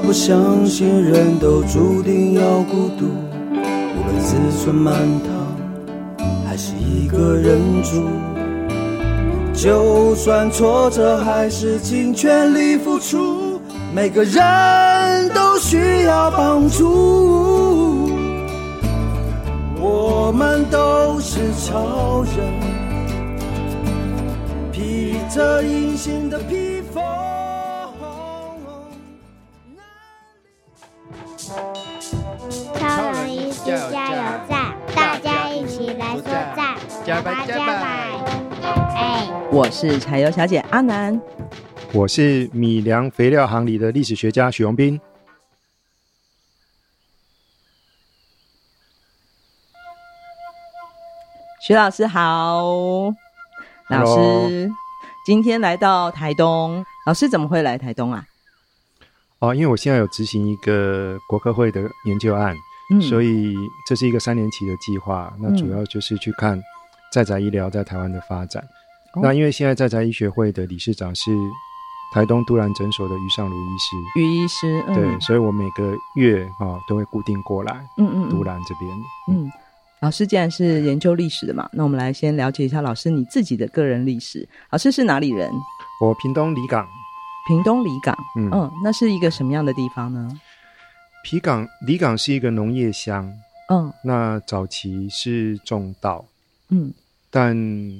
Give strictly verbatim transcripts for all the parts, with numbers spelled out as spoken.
不相信人都注定要孤独，无论自存满堂还是一个人住，就算挫折还是尽全力付出，每个人都需要帮助，我们都是超人，披着隐形的披风。 超人医师加油站，大家一起来说赞，加白加白！哎， 我是柴油小姐阿南， 我是米粮肥料行里的历史学家许荣斌。 徐老师好。老师今天来到台东，老师怎么会来台东啊？ 哦，因为我现在有执行一个国科会的研究案、嗯、所以这是一个三年期的计划，那主要就是去看在宅医疗在台湾的发展、嗯、那因为现在在宅医学会的理事长是台东都兰诊所的于尚如医师于医师、嗯、 对，所以我每个月、哦、都会固定过来嗯嗯都兰这边。 嗯，老师既然是研究历史的嘛，那我们来先了解一下老师你自己的个人历史。老师是哪里人？ 我屏东里港。 屏东里港， 嗯, 嗯，那是一个什么样的地方呢？ 皮港里港是一个农业乡，嗯，那早期是种稻，嗯，但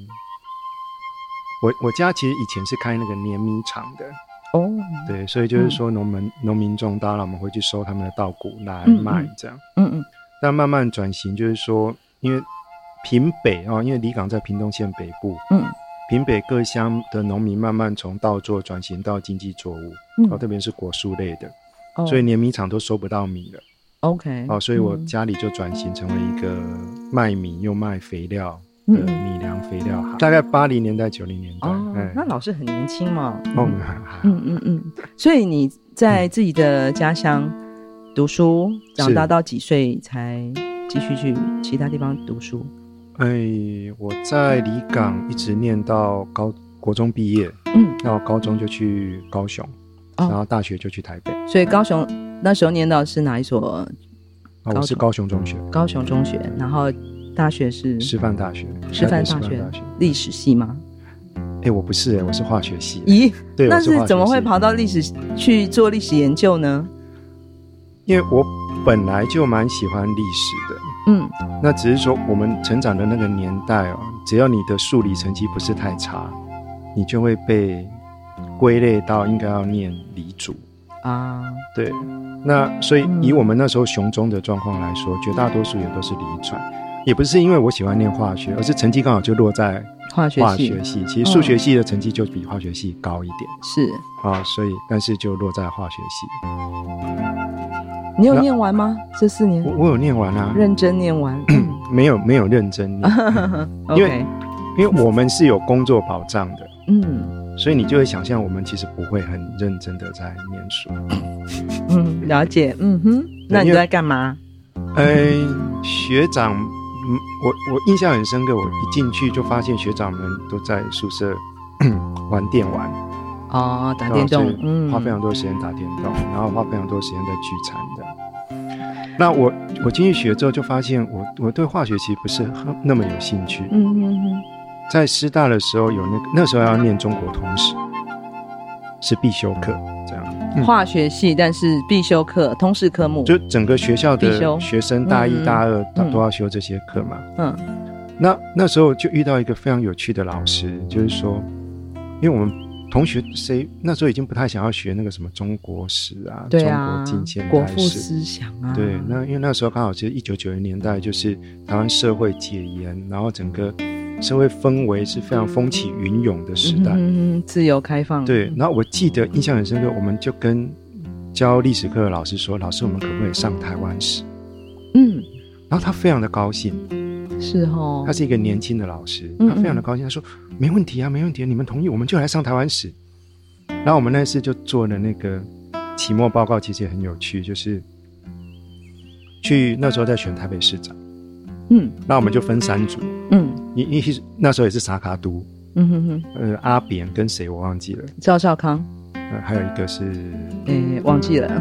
我我家其实以前是开那个碾米厂的，哦，对，所以就是说农民、嗯、农民种稻，我们会去收他们的稻谷来卖这样，嗯 嗯, 嗯，但慢慢转型就是说，因为屏北啊、哦，因为里港在屏东县北部，嗯。屏北各乡的农民慢慢从稻作转型到经济作物、嗯哦、特别是果蔬类的、哦、所以碾米厂都收不到米了 OK、哦、所以我家里就转型成为一个卖米又卖肥料的米粮肥料行、嗯、大概八零年代九零年代、哦哎、 那老师很年轻嘛。哦、嗯嗯嗯，所以你在自己的家乡读书、嗯、长大到几岁才继续去其他地方读书？ 哎，我在里港一直念到高国中毕业，嗯，然后高中就去高雄、哦，然后大学就去台北。 所以高雄那时候念到是哪一所？ 哦、我是高雄中学。 高雄中学，然后大学是师范大学。 师范大学，历史系吗？ 哎，我不是哎，我是化学系。 咦， 对， 那是怎么会跑到历史去做历史研究呢？ 因为我本来就蛮喜欢历史的。嗯，那只是说我们成长的那个年代哦，只要你的数理成绩不是太差，你就会被归类到应该要念理组啊。对，那所以以我们那时候雄中的状况来说、嗯、绝大多数也都是理传，也不是因为我喜欢念化学，而是成绩刚好就落在化学系。化学系其实数学系的成绩就比化学系高一点，是啊，所以但是就落在化学系。 你有念完吗？这四年我, 我有念完啊， 认真念完。 没有没有认真念因为、okay. 因为我们是有工作保障的，嗯，所以你就会想象我们其实不会很认真的在念书。 嗯，了解。嗯哼，那你都在干嘛？ 呃，学长，我我印象很深刻，我一进去就发现学长们都在宿舍玩电玩。 哦，打电动， 嗯，花非常多时间打电动、嗯、然后花非常多时间在聚餐的。那我我进去学之后就发现我我对化学其实不是那么有兴趣。嗯嗯嗯。在师大的时候有那个那时候要念中国通史，是必修课这样、 嗯。化学系，但是必修课通识科目， 就整个学校的学生大一、嗯、大二、嗯、都要修这些课嘛。嗯。那那时候就遇到一个非常有趣的老师，就是说，因为我们同学谁那时候已经不太想要学那个什么中国史啊，对啊，中国近现代史、 国父思想啊。 对，那因为那时候刚好是一九九零年代，就是台湾社会解严，然后整个社会氛围是非常风起云涌的时代， 嗯，自由开放。 对，然后我记得印象很深刻，我们就跟教历史课的老师说：“老师，我们可不可以上台湾史？”嗯，然后他非常的高兴。 是哦， 他是一个年轻的老师，他非常的高兴，他说没问题啊，没问题、啊，你们同意我们就来上台湾史。然后我们那次就做了那个期末报告，其实也很有趣，就是去那时候在选台北市长，嗯，那我们就分三组，嗯，因为那时候也是萨卡都，嗯哼哼，呃，阿扁跟谁我忘记了， 赵少康， 呃，还有一个是， 诶，忘记了，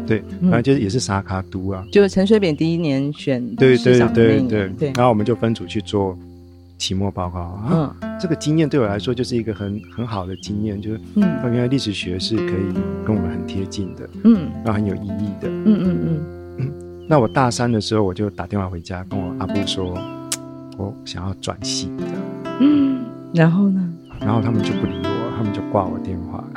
对，反正就是也是沙卡都啊， 就是陈水扁第一年选对对市长的那一对年， 对，然后我们就分组去做期末报告啊，嗯，这个经验对我来说就是一个很很好的经验，就是嗯，原来历史学是可以跟我们很贴近的，嗯，然后很有意义的，嗯嗯嗯嗯。那我大三的时候，我就打电话回家跟我阿布说，我想要转系这样， 嗯，然后呢？ 然后他们就不理我，他们就挂我电话。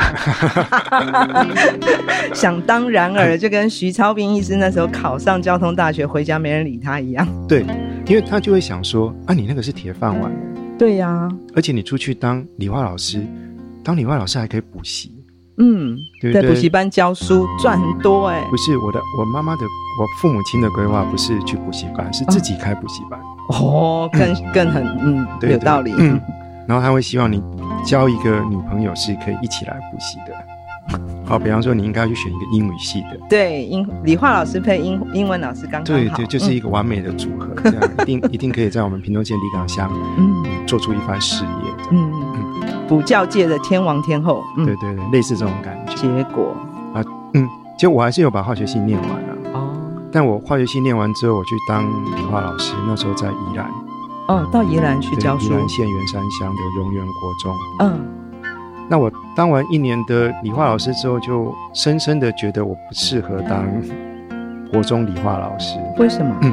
想当然尔，就跟徐超斌医师那时候考上交通大学回家没人理他一样。 对，因为他就会想说啊，你那个是铁饭碗。 对呀、啊， 而且你出去当理化老师，当理化老师还可以补习。 嗯，对不对？在补习班教书赚很多哎、欸。 不是我的，我妈妈的，我父母亲的规划不是去补习班，是自己开补习班。 哦，更更很嗯，对有道理。 嗯，然后他会希望你交一个女朋友是可以一起来补习的。好，比方说你应该去选一个英语系的， 对，英理化老师配英英文老师刚刚好， 对对，就是一个完美的组合，嗯、这样一定一定可以在我们屏东县里港乡嗯做出一番事业。嗯嗯，补教界的天王天后， 嗯、对对对，类似这种感觉。 结果啊，嗯，其实我还是有把化学系念完啊。哦，但我化学系念完之后，我去当理化老师，那时候在宜兰。 哦，到宜兰去教书。 宜兰县员山乡的荣源国中。嗯。那我当完一年的理化老师之后，就深深的觉得我不适合当国中理化老师。 为什么？嗯，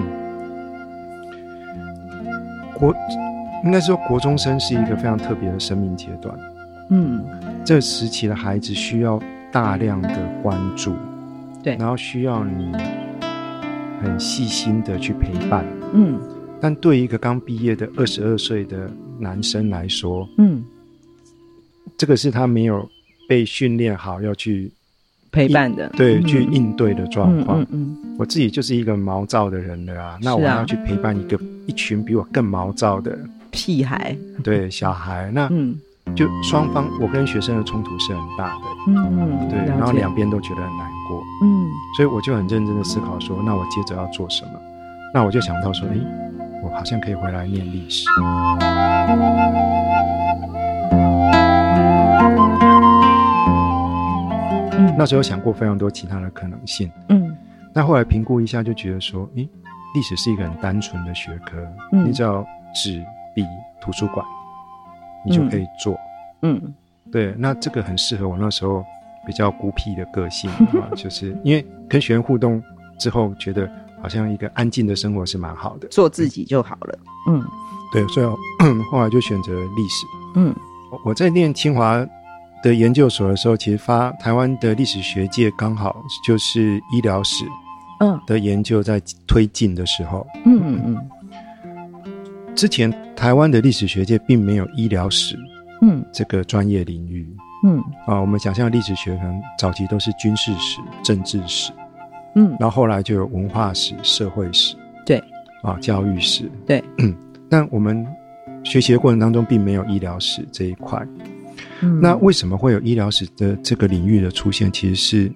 国应该说国中生是一个非常特别的生命阶段。嗯，这时期的孩子需要大量的关注， 对， 然后需要你很细心的去陪伴。嗯，但对一个刚毕业的二十二岁的男生来说，嗯。这个是他没有被训练好要去陪伴的， 对、嗯，去应对的状况。嗯嗯嗯，我自己就是一个毛躁的人了啊，那我要去陪伴一个一群比我更毛躁的屁孩， 对小孩，那嗯，就双方我跟学生的冲突是很大的，嗯，对，然后两边都觉得很难过，嗯，所以我就很认真的思考说，那我接着要做什么？那我就想到说，诶，我好像可以回来念历史。那时候想过非常多其他的可能性，嗯，那后来评估一下就觉得说，诶，历史是一个很单纯的学科，嗯，你只要纸笔图书馆，你就可以做，嗯，对，那这个很适合我那时候比较孤僻的个性啊，就是因为跟学员互动之后，觉得好像一个安静的生活是蛮好的， 做自己就好了，嗯， 对，所以后来就选择历史，嗯，我在念清华的研究所的时候，其实发台湾的历史学界刚好就是医疗史的研究在推进的时候，嗯嗯嗯，之前台湾的历史学界并没有医疗史，嗯，这个专业领域，嗯啊，我们想象历史学可能早期都是军事史、政治史，嗯，然后后来就有文化史、社会史， 对， 啊，教育史， 对， 嗯，但我们学习的过程当中并没有医疗史这一块。嗯、那为什么会有医疗史的这个领域的出现？其实是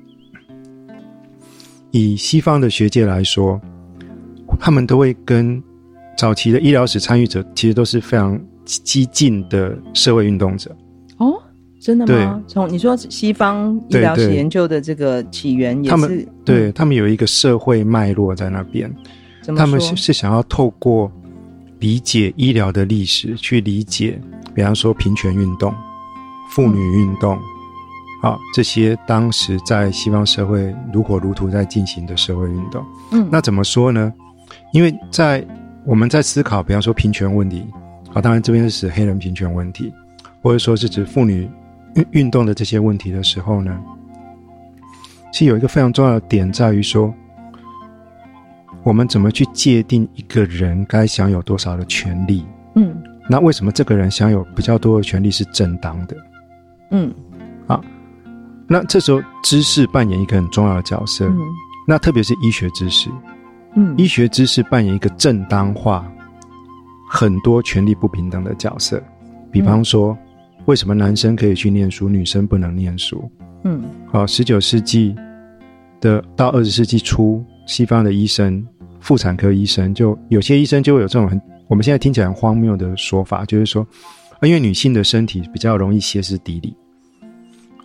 以西方的学界来说，他们都会跟早期的医疗史参与者其实都是非常激进的社会运动者。 哦，真的吗？从你说西方医疗史研究的这个起源也是， 他们对、嗯、他们有一个社会脉络在那边，他们是是想要透过理解医疗的历史去理解，比方说平权运动、妇女运动，好、嗯，这些当时在西方社会如火如荼在进行的社会运动。嗯，那怎么说呢？因为在我们在思考，比方说平权问题，好，当然这边是指黑人平权问题，或者说是指妇女运动的这些问题的时候呢，其实有一个非常重要的点在于说，我们怎么去界定一个人该享有多少的权利？嗯，那为什么这个人享有比较多的权利是正当的？嗯，好，那这时候知识扮演一个很重要的角色，嗯，那特别是医学知识，嗯，医学知识扮演一个正当化很多权利不平等的角色。比方说，嗯，为什么男生可以去念书，女生不能念书？嗯，好，十九世纪的到二十世纪初，西方的医生，妇产科医生，就有些医生就会有这种很我们现在听起来很荒谬的说法，就是说，因为女性的身体比较容易歇斯底里，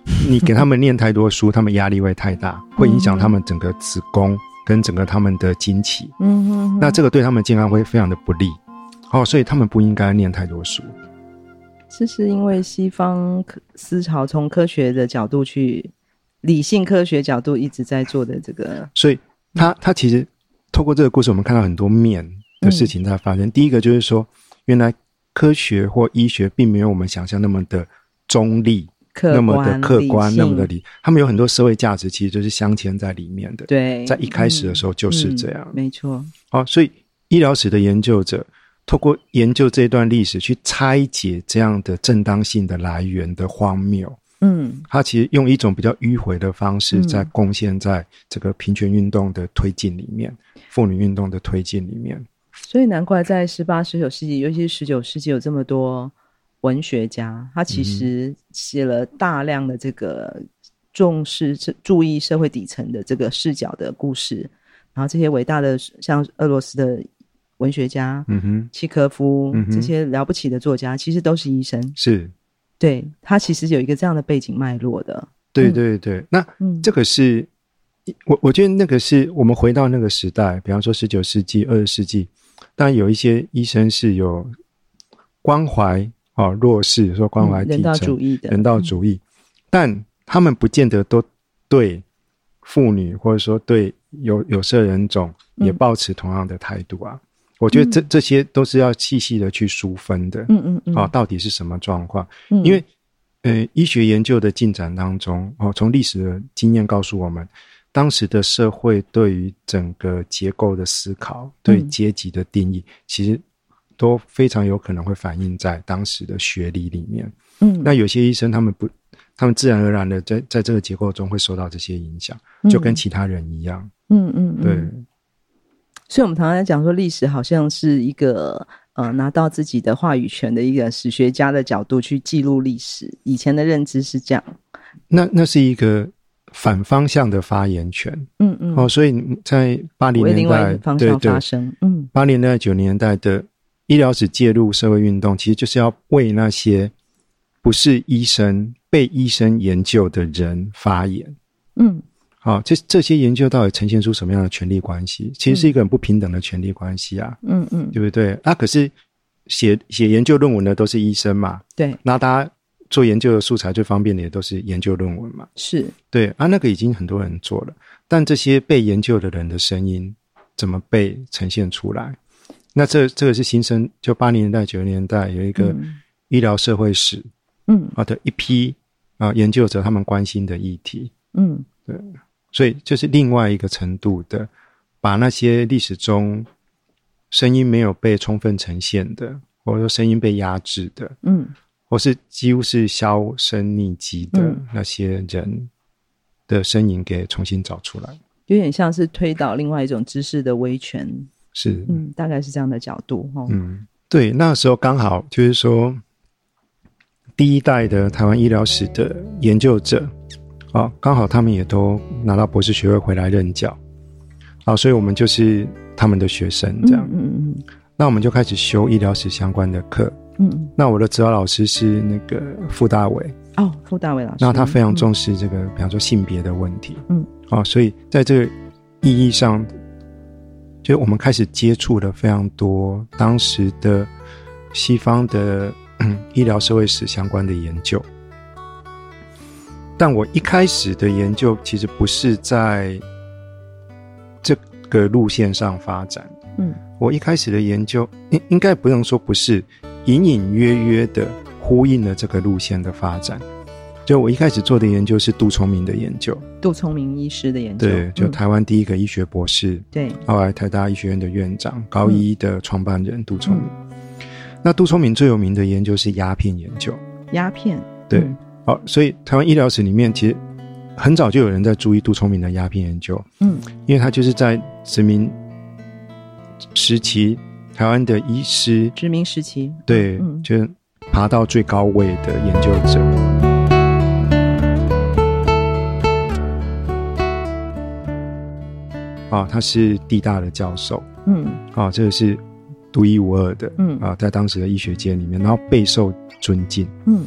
你给他们念太多书他们压力会太大，会影响他们整个子宫跟整个他们的经期，嗯哼哼，那这个对他们健康会非常的不利哦，所以他们不应该念太多书。 这是因为西方思潮从科学的角度去理性科学角度一直在做的这个， 所以他他其实透过这个故事我们看到很多面的事情在发生、嗯、第一个就是说原来科学或医学并没有我们想象那么的中立，那么的客观，那么的理，他们有很多社会价值其实就是镶嵌在里面的。 对， 在一开始的时候就是这样。 嗯嗯、没错。 好，所以医疗史的研究者透过研究这段历史去拆解这样的正当性的来源的荒谬。嗯，他其实用一种比较迂回的方式在贡献在这个平权运动的推进里面，妇女运动的推进里面。 所以难怪在十八、十九世纪，尤其是十九世纪有这么多文学家，他其实写了大量的这个重视注意社会底层的这个视角的故事，然后这些伟大的像俄罗斯的文学家，嗯哼，契科夫、嗯、这些了不起的作家其实都是医生， 是， 对，他其实有一个这样的背景脉络的。 对对对、嗯、那、嗯、这个是我我觉得那个是我们回到那个时代，比方说十九世纪二十世纪，当然有一些医生是有关怀哦，弱势，说关怀底层、嗯、人道主义的人道主义、嗯、但他们不见得都对妇女或者说对有有色人种也抱持同样的态度啊、嗯、我觉得这这些都是要细细的去疏分的。嗯嗯嗯，哦，到底是什么状况、嗯、因为呃，医学研究的进展当中哦，从历史的经验告诉我们，当时的社会对于整个结构的思考，对阶级的定义、嗯、其实都非常有可能会反映在当时的学理里面。嗯，那有些医生他们不他们自然而然的在在这个结构中会受到这些影响，就跟其他人一样。嗯嗯嗯，对。 所以我们常常在讲说历史好像是一个呃拿到自己的话语权的一个史学家的角度去记录历史，以前的认知是这样。 那那是一个反方向的发言权。嗯嗯。哦，所以在八零年代，为另外一个方向发声。对对，嗯，八零年代、九零年代的医疗史介入社会运动，其实就是要为那些不是医生、被医生研究的人发言。嗯。好、哦，这这些研究到底呈现出什么样的权力关系？其实是一个很不平等的权力关系啊。嗯嗯，对不对？啊，可是写写研究论文的都是医生嘛。对。那大家做研究的素材最方便的也都是研究论文嘛。是。对啊，那个已经很多人做了，但这些被研究的人的声音怎么被呈现出来？那这这个是新生，就八零年代、九零年代有一个医疗社会史，嗯啊的一批啊研究者他们关心的议题。嗯，对。所以就是另外一个程度的把那些历史中声音没有被充分呈现的，或者说声音被压制的，嗯，或是几乎是销声匿迹的那些人的身影给重新找出来， 有点像是推倒另外一种知识的威权。 是， 嗯，大概是这样的角度。哦、 嗯，对，那时候刚好就是说第一代的台湾医疗史的研究者哦，刚好他们也都拿到博士学位回来任教，好，所以我们就是他们的学生这样。嗯嗯嗯。那我们就开始修医疗史相关的课。嗯。那我的指导老师是那个傅大伟。 哦，傅大伟老师。 那他非常重视这个，嗯、比方说性别的问题。嗯。哦，所以在这个意义上，就我们开始接触了非常多当时的西方的、嗯、医疗社会史相关的研究。但我一开始的研究其实不是在这个路线上发展。嗯，我一开始的研究应应该不能说不是，隐隐约约的呼应了这个路线的发展。就我一开始做的研究是杜聪明的研究， 杜聪明医师的研究， 对，就台湾第一个医学博士，嗯、对，后来台大医学院的院长，高医的创办人杜聪明。嗯、那杜聪明最有名的研究是鸦片研究， 鸦片， 对。嗯好，所以台湾医疗史里面其实很早就有人在注意杜聪明的鸦片研究。嗯，因为他就是在殖民时期台湾的医师， 殖民时期， 对，嗯、就爬到最高位的研究者。啊，他是地大的教授。嗯，啊，这个是独一无二的。嗯，啊，在当时的医学界里面，然后备受尊敬。嗯。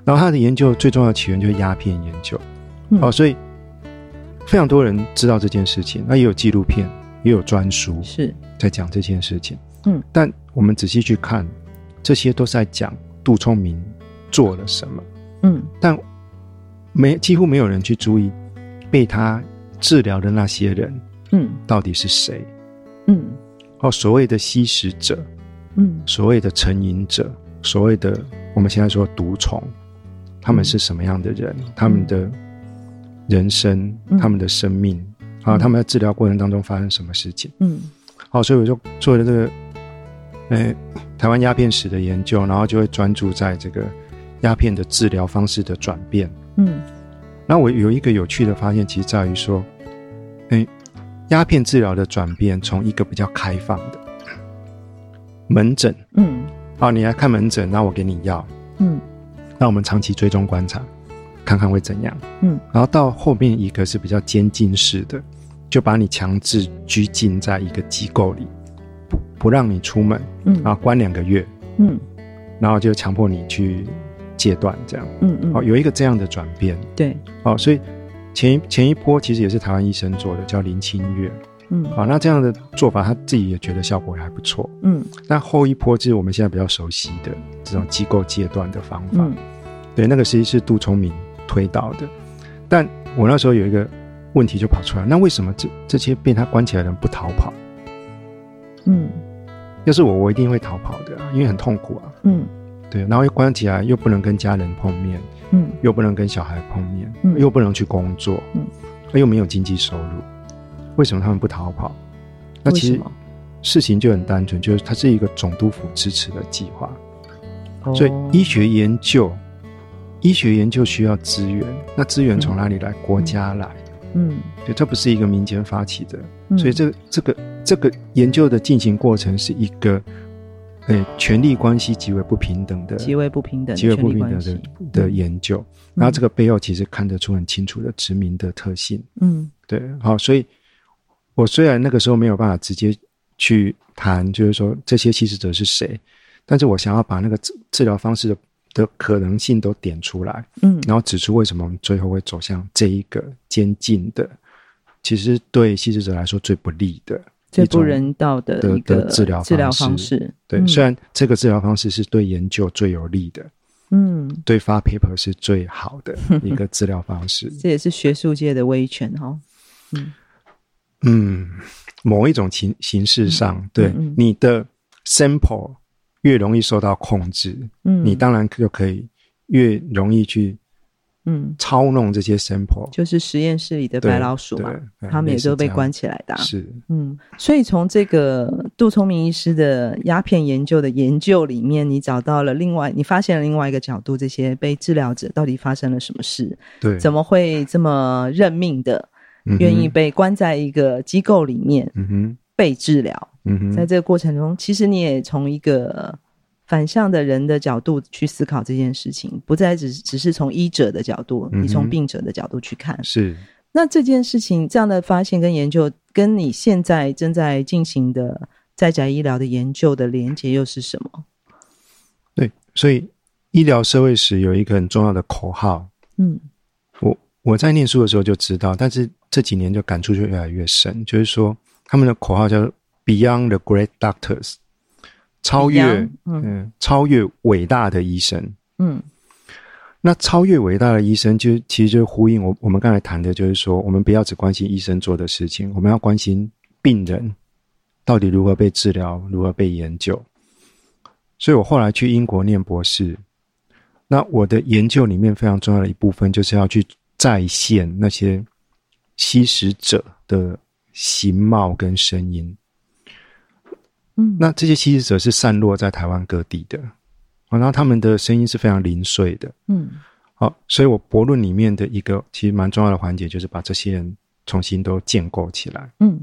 然后他的研究最重要的起源就是鸦片研究，嗯哦、所以非常多人知道这件事情，那也有纪录片，也有专书是在讲这件事情。 嗯， 但我们仔细去看，这些都是在讲杜聪明做了什么。 嗯， 但没几乎没有人去注意被他治疗的那些人，嗯，到底是谁？ 嗯， 哦，所谓的吸食者， 嗯， 所谓的成瘾者，所谓的我们现在说毒虫，他们是什么样的人？嗯、他们的人生、嗯、他们的生命、嗯、啊，他们在治疗过程当中发生什么事情？嗯，好，所以我就做了这个，呃，台湾鸦片史的研究，然后就会专注在这个鸦片的治疗方式的转变。嗯，那我有一个有趣的发现，其实在于说，哎，鸦片治疗的转变从一个比较开放的门诊，嗯，好，你来看门诊，那我给你药，嗯，那我们长期追踪观察，看看会怎样，嗯，然后到后面一个是比较监禁式的，就把你强制拘禁在一个机构里，不不让你出门，嗯，然后关两个月，嗯，然后就强迫你去戒断，这样，嗯嗯，哦，有一个这样的转变， 对， 哦，所以前一前一波其实也是台湾医生做的，叫林清月，嗯，好，那这样的做法他自己也觉得效果还不错，嗯，但后一波就是我们现在比较熟悉的这种机构戒断的方法，嗯，对，那个实际是杜聪明推导的，但我那时候有一个问题就跑出来，那为什么这这些被他关起来的人不逃跑？嗯，要是我我一定会逃跑的、啊、因为很痛苦啊，嗯，对，然后又关起来又不能跟家人碰面，嗯，又不能跟小孩碰面，嗯，又不能去工作，嗯，又没有经济收入，为什么他们不逃跑？那其实事情就很单纯，就是它是一个总督府支持的计划，哦，所以医学研究医学研究需要资源，那资源从哪里来？嗯、国家来，嗯，对，这不是一个民间发起的，嗯、所以这个这个这个研究的进行过程是一个，呃，权力关系极为不平等的， 极为不平等的， 极为不平等的的研究，嗯、然后这个背后其实看得出很清楚的殖民的特性，嗯，对，好，所以我虽然那个时候没有办法直接去谈，就是说这些吸食者是谁，但是我想要把那个治治疗方式的。的可能性都点出来，嗯，然后指出为什么我们最后会走向这一个监禁的，其实对吸食者来说最不利的、 最不人道的一个治疗治疗方式。 对、嗯，虽然这个治疗方式是对研究最有利的，嗯，对发 paper 是最好的一个治疗方式。 这也是学术界的威权哈。嗯嗯，某一种形形式上，嗯、对、嗯、你的 sample。越容易受到控制，嗯，你当然就可以越容易去，嗯，操弄这些 sample， 就是实验室里的白老鼠嘛，他们也都被关起来的、啊， 是， 嗯，所以从这个杜聪明医师的鸦片研究的研究里面，你找到了另外，你发现了另外一个角度，这些被治疗者到底发生了什么事？ 对， 怎么会这么认命的，愿意被关在一个机构里面，嗯哼，被治疗？嗯哼，在这个过程中，其实你也从一个反向的人的角度去思考这件事情，不再只只是从医者的角度，嗯、你从病者的角度去看。 是， 那这件事情这样的发现跟研究，跟你现在正在进行的在宅医疗的研究的连结又是什么？ 对，所以医疗社会史有一个很重要的口号，嗯，我我在念书的时候就知道，但是这几年就感触就越来越深，就是说他们的口号叫Beyond the Great Doctors， 超越、嗯嗯、超越伟大的医生。嗯，那超越伟大的医生就其实就呼应我我们刚才谈的，就是说我们不要只关心医生做的事情，我们要关心病人到底如何被治疗，如何被研究。所以我后来去英国念博士，那我的研究里面非常重要的一部分就是要去再现那些吸食者的形貌跟声音。嗯，那这些吸食者是散落在台湾各地的，然后他们的声音是非常零碎的。嗯，好，所以我博论里面的一个其实蛮重要的环节，就是把这些人重新都建构起来。嗯，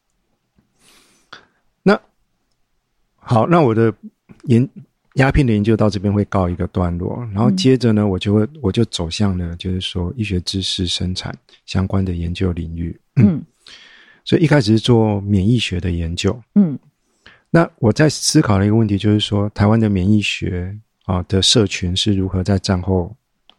那好，那我的研鸦片的研究到这边会告一个段落，然后接着呢，我就会我就走向了就是说医学知识生产相关的研究领域。嗯，所以一开始是做免疫学的研究。嗯。那我在思考的一个问题就是说，台湾的免疫学啊的社群是如何在战后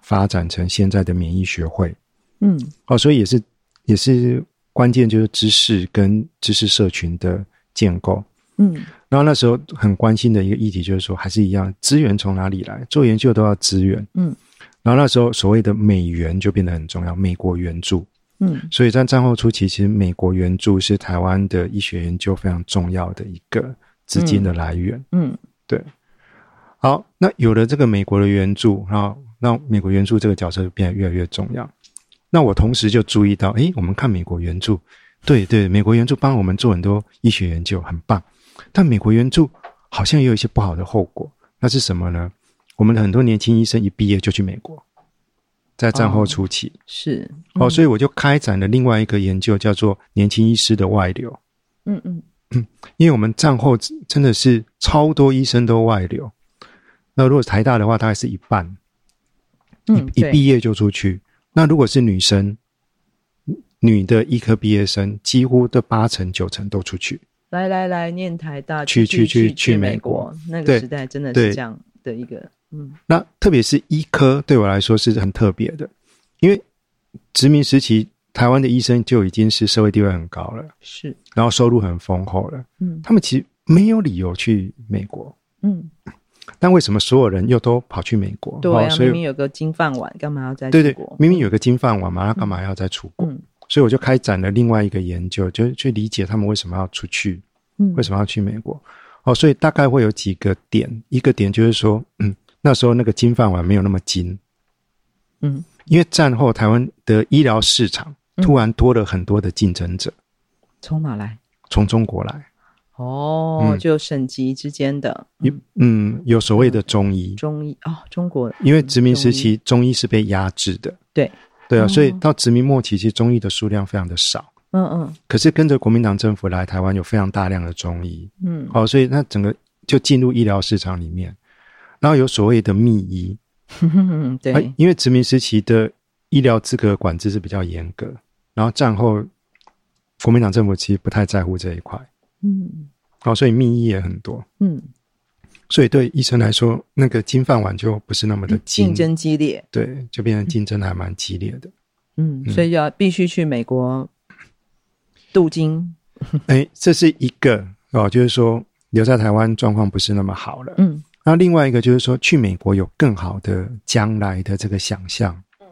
发展成现在的免疫学会。 嗯， 哦，所以也是也是关键就是知识跟知识社群的建构。 嗯， 然后那时候很关心的一个议题就是说，还是一样，资源从哪里来？做研究都要资源。 嗯， 然后那时候所谓的美元就变得很重要，美国援助。 嗯， 所以在战后初期，其实美国援助是台湾的医学研究非常重要的一个资金的来源。 嗯， 对。好，那有了这个美国的援助，然后让美国援助这个角色就变得越来越重要。那我同时就注意到，诶，我们看美国援助，对对，美国援助帮我们做很多医学研究，很棒。但美国援助好像也有一些不好的后果，那是什么呢？我们的很多年轻医生一毕业就去美国，在战后初期。 哦、是、 嗯、哦，所以我就开展了另外一个研究，叫做年轻医师的外流。 嗯嗯嗯，因为我们战后真的是超多医生都外流。那如果台大的话，大概是一半， 嗯， 一毕业就出去。那如果是女生，女的医科毕业生，几乎的八成九成都出去。 来来来，念台大， 去去去去美国，那个时代真的是这样的一个，嗯。 那特别是医科，对我来说是很特别的，因为殖民时期台湾的医生就已经是社会地位很高了， 是， 然后收入很丰厚了， 嗯， 他们其实没有理由去美国， 嗯。 但为什么所有人又都跑去美国？ 对啊， 哦、所以明明有个金饭碗，干嘛要再出国？ 对对，明明有个金饭碗嘛，他干嘛要再出国？ 嗯， 所以我就开展了另外一个研究，就去理解他们为什么要出去， 嗯， 为什么要去美国？哦，所以大概会有几个点，一个点就是说，嗯，那时候那个金饭碗没有那么金， 嗯， 因为战后台湾的医疗市场突然多了很多的竞争者， 从、嗯、哪来？ 从中国来。 哦、嗯，就省级之间的， 嗯，嗯有所谓的中医， 中医哦，中国， 因为殖民时期中医, 中医是被压制的， 对， 对啊、 哦， 所以到殖民末期，其实中医的数量非常的少， 嗯嗯， 可是跟着国民党政府来台湾，有非常大量的中医， 嗯， 好、哦，所以那整个就进入医疗市场里面，然后有所谓的密医， 对、 啊，因为殖民时期的医疗资格管制是比较严格，然后战后国民党政府其实不太在乎这一块。 嗯， 哦，所以密医也很多， 嗯， 所以对医生来说，那个金饭碗就不是那么的竞争激烈， 对，就变成竞争还蛮激烈的， 嗯，嗯所以要必须去美国镀金， 哎，这是一个哦，就是说留在台湾状况不是那么好了， 嗯， 然后另外一个就是说去美国有更好的将来的这个想象。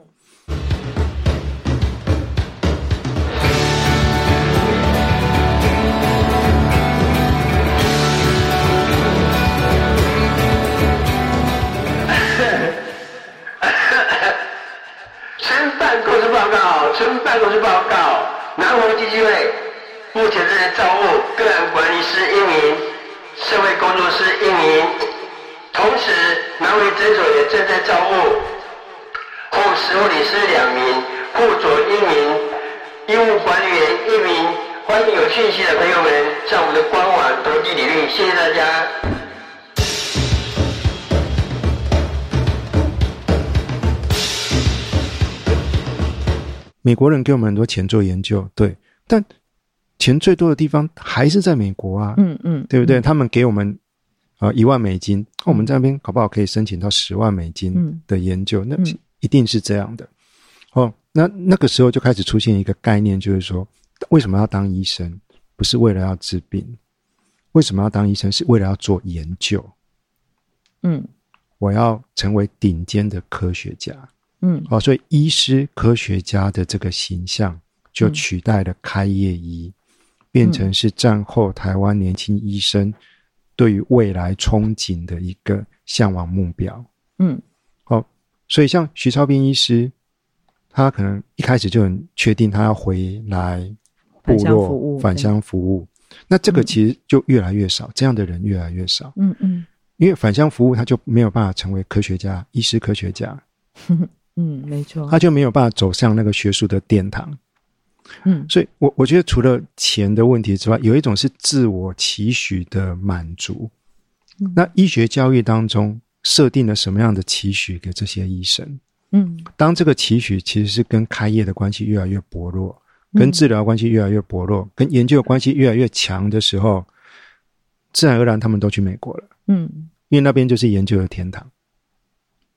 村办公室报告，南华基金会目前正在招募个案管理师一名，社会工作师一名，同时南华诊所也正在招募护食护理师两名，护佐一名，医务管理员一名。欢迎有讯息的朋友们上我们的官网投递履历，谢谢大家。 美国人给我们很多钱做研究，对，但钱最多的地方还是在美国啊， 嗯嗯， 对不对？嗯、他们给我们呃一万美金，我们这边搞不好可以申请到十万美金的研究，嗯、那一定是这样的。哦，那那个时候就开始出现一个概念，就是说，为什么要当医生？不是为了要治病，为什么要当医生？是为了要做研究。 嗯， 我要成为顶尖的科学家。 嗯， 哦，所以医师科学家的这个形象就取代了开业医，嗯、变成是战后台湾年轻医生对于未来憧憬的一个向往目标。 嗯， 哦，所以像徐超斌医师，他可能一开始就很确定他要回来部落返乡服务，那这个其实就越来越少，嗯、这样的人越来越少。 嗯嗯， 因为返乡服务他就没有办法成为科学家，医师科学家。 嗯，没错， 他就没有办法走向那个学术的殿堂。 嗯， 所以我我觉得除了钱的问题之外，有一种是自我期许的满足。嗯、那医学教育当中设定了什么样的期许给这些医生？ 嗯， 当这个期许其实是跟开业的关系越来越薄弱，跟治疗关系越来越薄弱，跟研究的关系越来越强的时候，自然而然他们都去美国了。 嗯， 因为那边就是研究的天堂。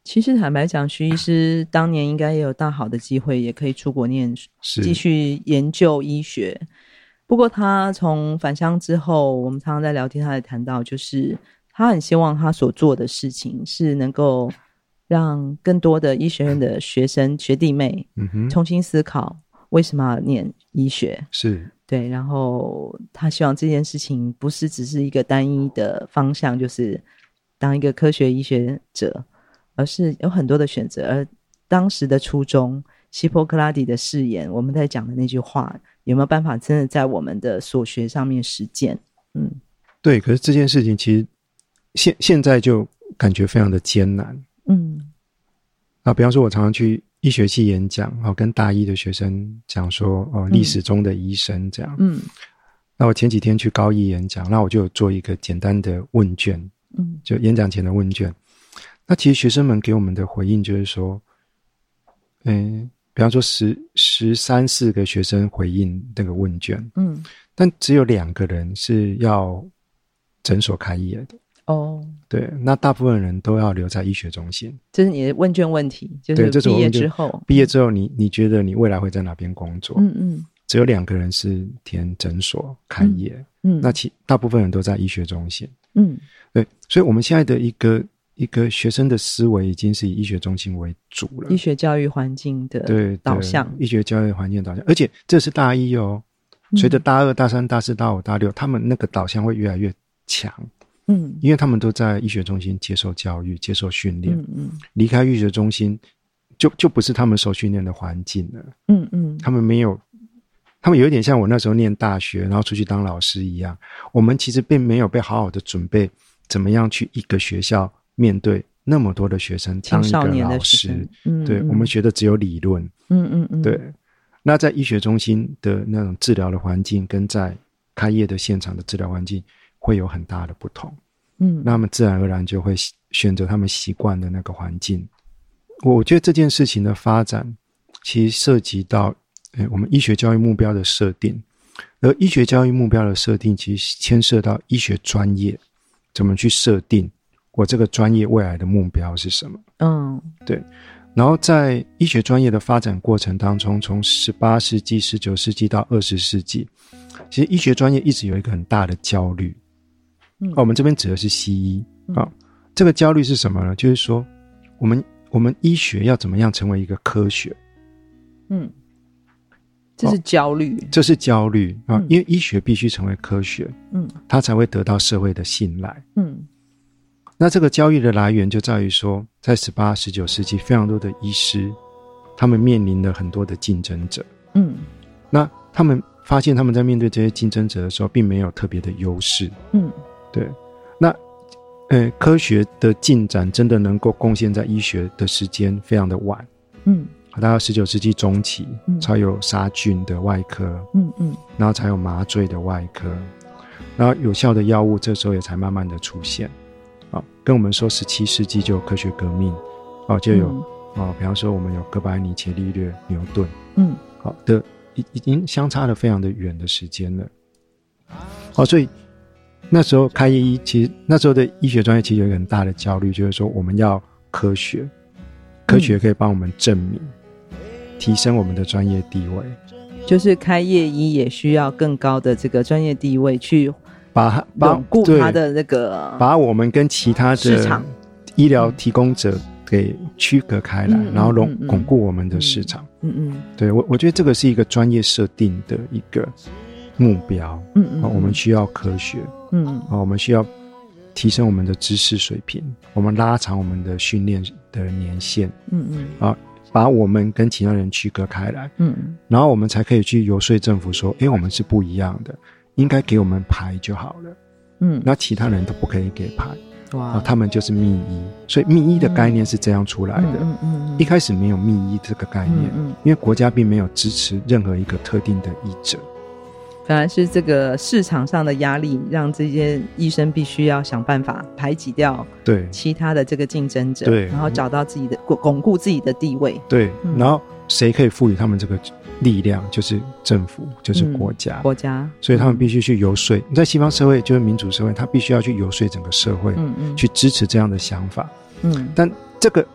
其实坦白讲，徐医师当年应该也有大好的机会，也可以出国念继续研究医学。不过他从返乡之后，我们常常在聊天，他也谈到，就是他很希望他所做的事情是能够让更多的医学院的学生学弟妹重新思考为什么要念医学。 是对，然后他希望这件事情不是只是一个单一的方向，就是当一个科学医学者，而是有很多的选择。而当时的初衷，希波克拉底的誓言，我们在讲的那句话，有没有办法真的在我们的所学上面实践？嗯， 对。可是这件事情其实现现在就感觉非常的艰难。嗯，啊，比方说我常常去医学系演讲，哦，跟大一的学生讲说，哦，历史中的医生这样。嗯，那我前几天去高一演讲，那我就有做一个简单的问卷，嗯，就演讲前的问卷。那其实学生们给我们的回应就是说，嗯，比方说十十三四个学生回应那个问卷，嗯，但只有两个人是要诊所开业的。哦，对，那大部分人都要留在医学中心。 这是你的问卷问题，就是毕业之后， 毕业之后你你觉得你未来会在哪边工作？嗯嗯，只有两个人是填诊所开业，嗯，嗯那其大部分人都在医学中心。嗯，对，所以我们现在的一个一个学生的思维已经是以医学中心为主了， 医学教育环境的导向， 医学教育环境导向，而且这是大一哦，随着大二、大三、大四、大五、大六，他们那个导向会越来越强。嗯，因为他们都在医学中心接受教育、接受训练，嗯嗯，离开医学中心就就不是他们受训练的环境了。嗯嗯，他们没有，他们有一点像我那时候念大学，然后出去当老师一样。我们其实并没有被好好的准备，怎么样去一个学校面对那么多的学生，当一个老师。嗯嗯，对，我们学的只有理论。嗯嗯嗯，对。那在医学中心的那种治疗的环境，跟在开业的现场的治疗环境，会有很大的不同。嗯，那么自然而然就会选择他们习惯的那个环境。我觉得这件事情的发展其实涉及到、欸、我们医学教育目标的设定，而医学教育目标的设定其实牵涉到医学专业怎么去设定我这个专业未来的目标是什么。嗯，对。然后在医学专业的发展过程当中，从十八世纪、十九世纪到二十世纪，其实医学专业一直有一个很大的焦虑。嗯，我们这边指的是西医啊、哦，这个焦虑是什么呢？就是说，我们我们医学要怎么样成为一个科学？嗯， 这是焦虑， 哦、这是焦虑啊、嗯，因为医学必须成为科学，嗯，它才会得到社会的信赖，嗯。那这个焦虑的来源就在于说，在十八、十九世纪，非常多的医师，他们面临了很多的竞争者，嗯，那他们发现他们在面对这些竞争者的时候，并没有特别的优势，嗯。对，那呃，科学的进展真的能够贡献在医学的时间非常的晚，嗯，大概十九世纪中期、嗯、才有杀菌的外科，嗯嗯，然后才有麻醉的外科，然后有效的药物这时候也才慢慢的出现，啊，跟我们说十七世纪就有科学革命，啊，就有、嗯、啊，比方说我们有哥白尼、伽利略、牛顿，嗯，好的，已已经相差了非常的远的时间了，好，所以。那时候开业医，其实那时候的医学专业其实有一个很大的焦虑，就是说我们要科学，科学可以帮我们证明、嗯、提升我们的专业地位， 就是开业医也需要更高的这个专业地位去把巩固它的那个把我们跟其他的医疗提供者给区隔开来，嗯、然后巩巩固我们的市场。嗯嗯，对，我我觉得这个是一个专业设定的一个目标。嗯嗯、哦，我们需要科学。嗯，哦，我们需要提升我们的知识水平，我们拉长我们的训练的年限，嗯嗯，啊，把我们跟其他人区隔开来，嗯，然后我们才可以去游说政府说，诶，我们是不一样的，应该给我们牌就好了，嗯，那其他人都不可以给牌，哇，啊，他们就是密医，所以密医的概念是这样出来的，嗯嗯嗯，一开始没有密医这个概念，嗯嗯，因为国家并没有支持任何一个特定的医者。 反而是这个市场上的压力，让这些医生必须要想办法排挤掉对其他的这个竞争者，对，然后找到自己的巩固自己的地位， 对、嗯，然后谁可以赋予他们这个力量？就是政府，就是国家， 嗯、国家， 所以他们必须去游说。你在西方社会就是民主社会，他必须要去游说整个社会，嗯嗯，去支持这样的想法，嗯，但这个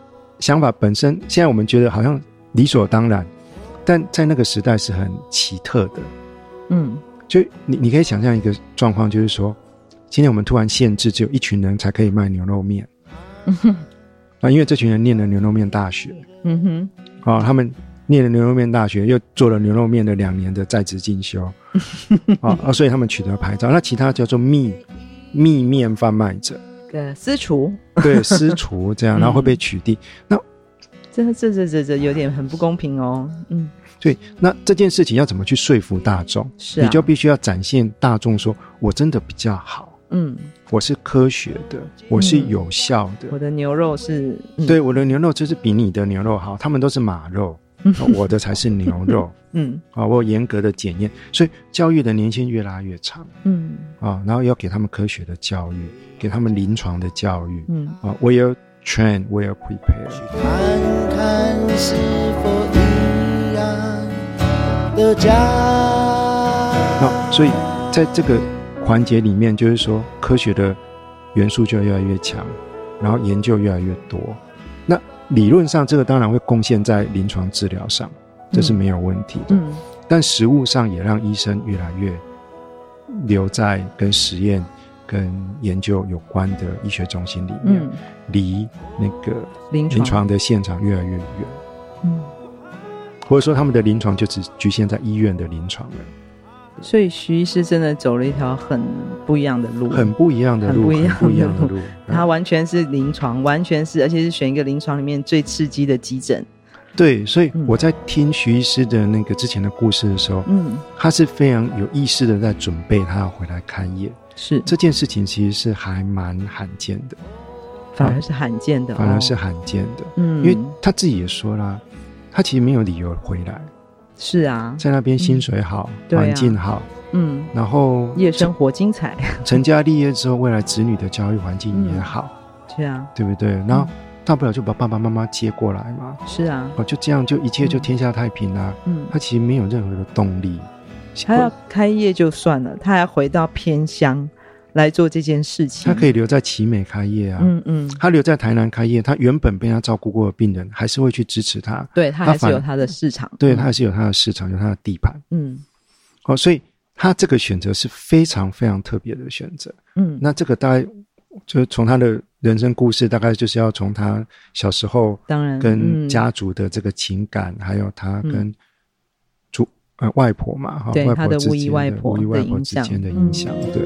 想法本身现在我们觉得好像理所当然，但在那个时代是很奇特的。嗯，就你你可以想象一个状况，就是说今天我们突然限制只有一群人才可以卖牛肉面。嗯哼，啊，因为这群人念了牛肉面大学。嗯哼，哦，他们念了牛肉面大学，又做了牛肉面的两年的在职进修。哦，啊，所以他们取得牌照。那其他叫做秘秘面贩卖者， 对，私厨，对， 私厨这样，然后会被取缔。嗯、那这这这这这有点很不公平哦。嗯， 对，那这件事情要怎么去说服大众？是、啊，你就必须要展现大众说，我真的比较好。嗯，我是科学的，我是有效的。 嗯、我的牛肉是， 嗯、对，我的牛肉就是比你的牛肉好，他们都是马肉，我的才是牛肉。嗯，啊，我有严格的检验，所以教育的年限越拉越长。嗯，啊，然后要给他们科学的教育，给他们临床的教育。嗯，啊 ，Well trained, well prepared。看看是否一样的家。啊，所以在这个环节里面，就是说科学的元素就越来越强，然后研究越来越多。那理论上，这个当然会贡献在临床治疗上。这是没有问题的，嗯、但实务上也让医生越来越留在跟实验、跟研究有关的医学中心里面，嗯、离那个临床的现场越来越远。嗯，或者说他们的临床就只局限在医院的临床了。 所以徐医师真的走了一条很不一样的路， 很不一样的路，很不一样的路。 他完全是临床，完全是，而且是选一个临床里面最刺激的急诊。 对，所以我在听徐医师的那个之前的故事的时候，嗯，他是非常有意识的在准备他要回来开业。是这件事情其实是还蛮罕见的， 反而是罕见的， 反而是罕见的。嗯，因为他自己也说啦，他其实没有理由回来。 是啊， 在那边薪水好，嗯、环境好，嗯，然后夜生活精彩， 成家立业之后，未来子女的教育环境也好， 是啊， 对不对？然后。嗯，大不了就把爸爸妈妈接过来嘛。 是啊， 哦，就这样，就一切就天下太平啦。嗯，他其实没有任何的动力。 他要开业就算了，他还回到偏乡来做这件事情。 他可以留在奇美开业啊。嗯嗯，他留在台南开业，他原本被他照顾过的病人还是会去支持他。 对，他还是有他的市场。 对，他还是有他的市场，有他的地盘。嗯，哦，所以他这个选择是非常非常特别的选择。嗯，那这个大概就是从他的人生故事，大概就是要从他小时候当然跟家族的这个情感，嗯、还有他跟祖、呃、外婆嘛， 对外婆之间的他的无意外婆的影响，之间的影响，嗯、对。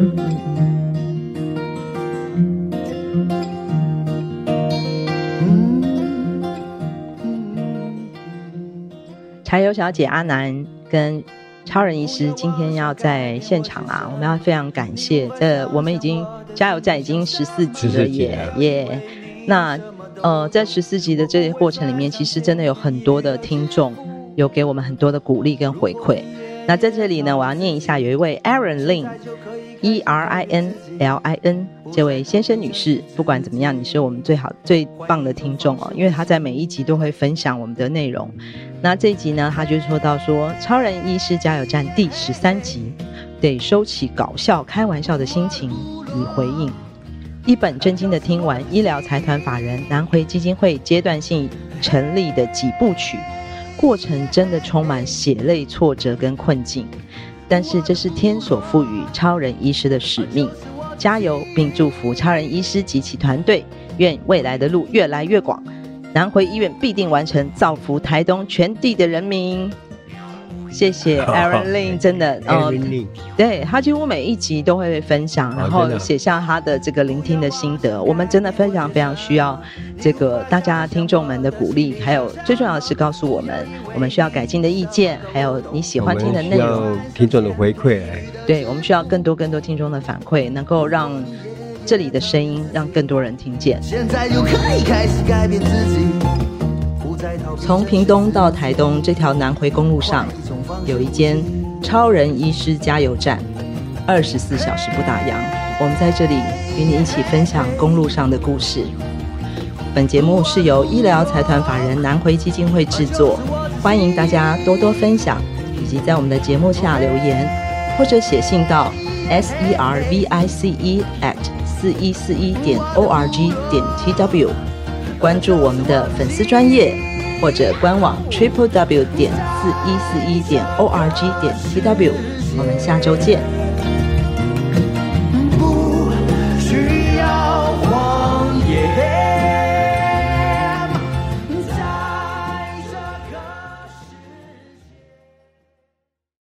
柴油小姐阿南跟超人医师今天要在现场啊，我们要非常感谢，这我们已经加油站已经十四集了耶耶。那呃，在十四集的这个过程里面，其实真的有很多的听众有给我们很多的鼓励跟回馈。那在这里呢，我要念一下，有一位 Aaron Lin E R I N L I N 这位先生女士，不管怎么样，你是我们最好最棒的听众哦，因为他在每一集都会分享我们的内容。那这一集呢，他就说到说，超人医师加油站第十三集，得收起搞笑开玩笑的心情以回应。一本正经的听完医疗财团法人南回基金会阶段性成立的几部曲，过程真的充满血泪、挫折跟困境，但是这是天所赋予超人医师的使命。加油，并祝福超人医师及其团队，愿未来的路越来越广，南回医院必定完成，造福台东全地的人民。谢谢 Aaron Lin， 真的，呃，对，他几乎每一集都会分享，然后写下他的这个聆听的心得。我们真的非常非常需要这个大家听众们的鼓励，还有最重要的是告诉我们我们需要改进的意见，还有你喜欢听的内容， 我们需要听众的回馈。 对，我们需要更多更多听众的反馈，能够让这里的声音让更多人听见。现在就可以开始改变自己。从屏东到台东这条南回公路上，有一间超人医师加油站，二十四小时不打烊。我们在这里与你一起分享公路上的故事。本节目是由医疗财团法人南回基金会制作，欢迎大家多多分享，以及在我们的节目下留言，或者写信到 s e r v i c e at 四一四一点 o r g 点 t w。 关注我们的粉丝专页或者官网 triple w 点四一四一点 org 点 tw。我们下周见。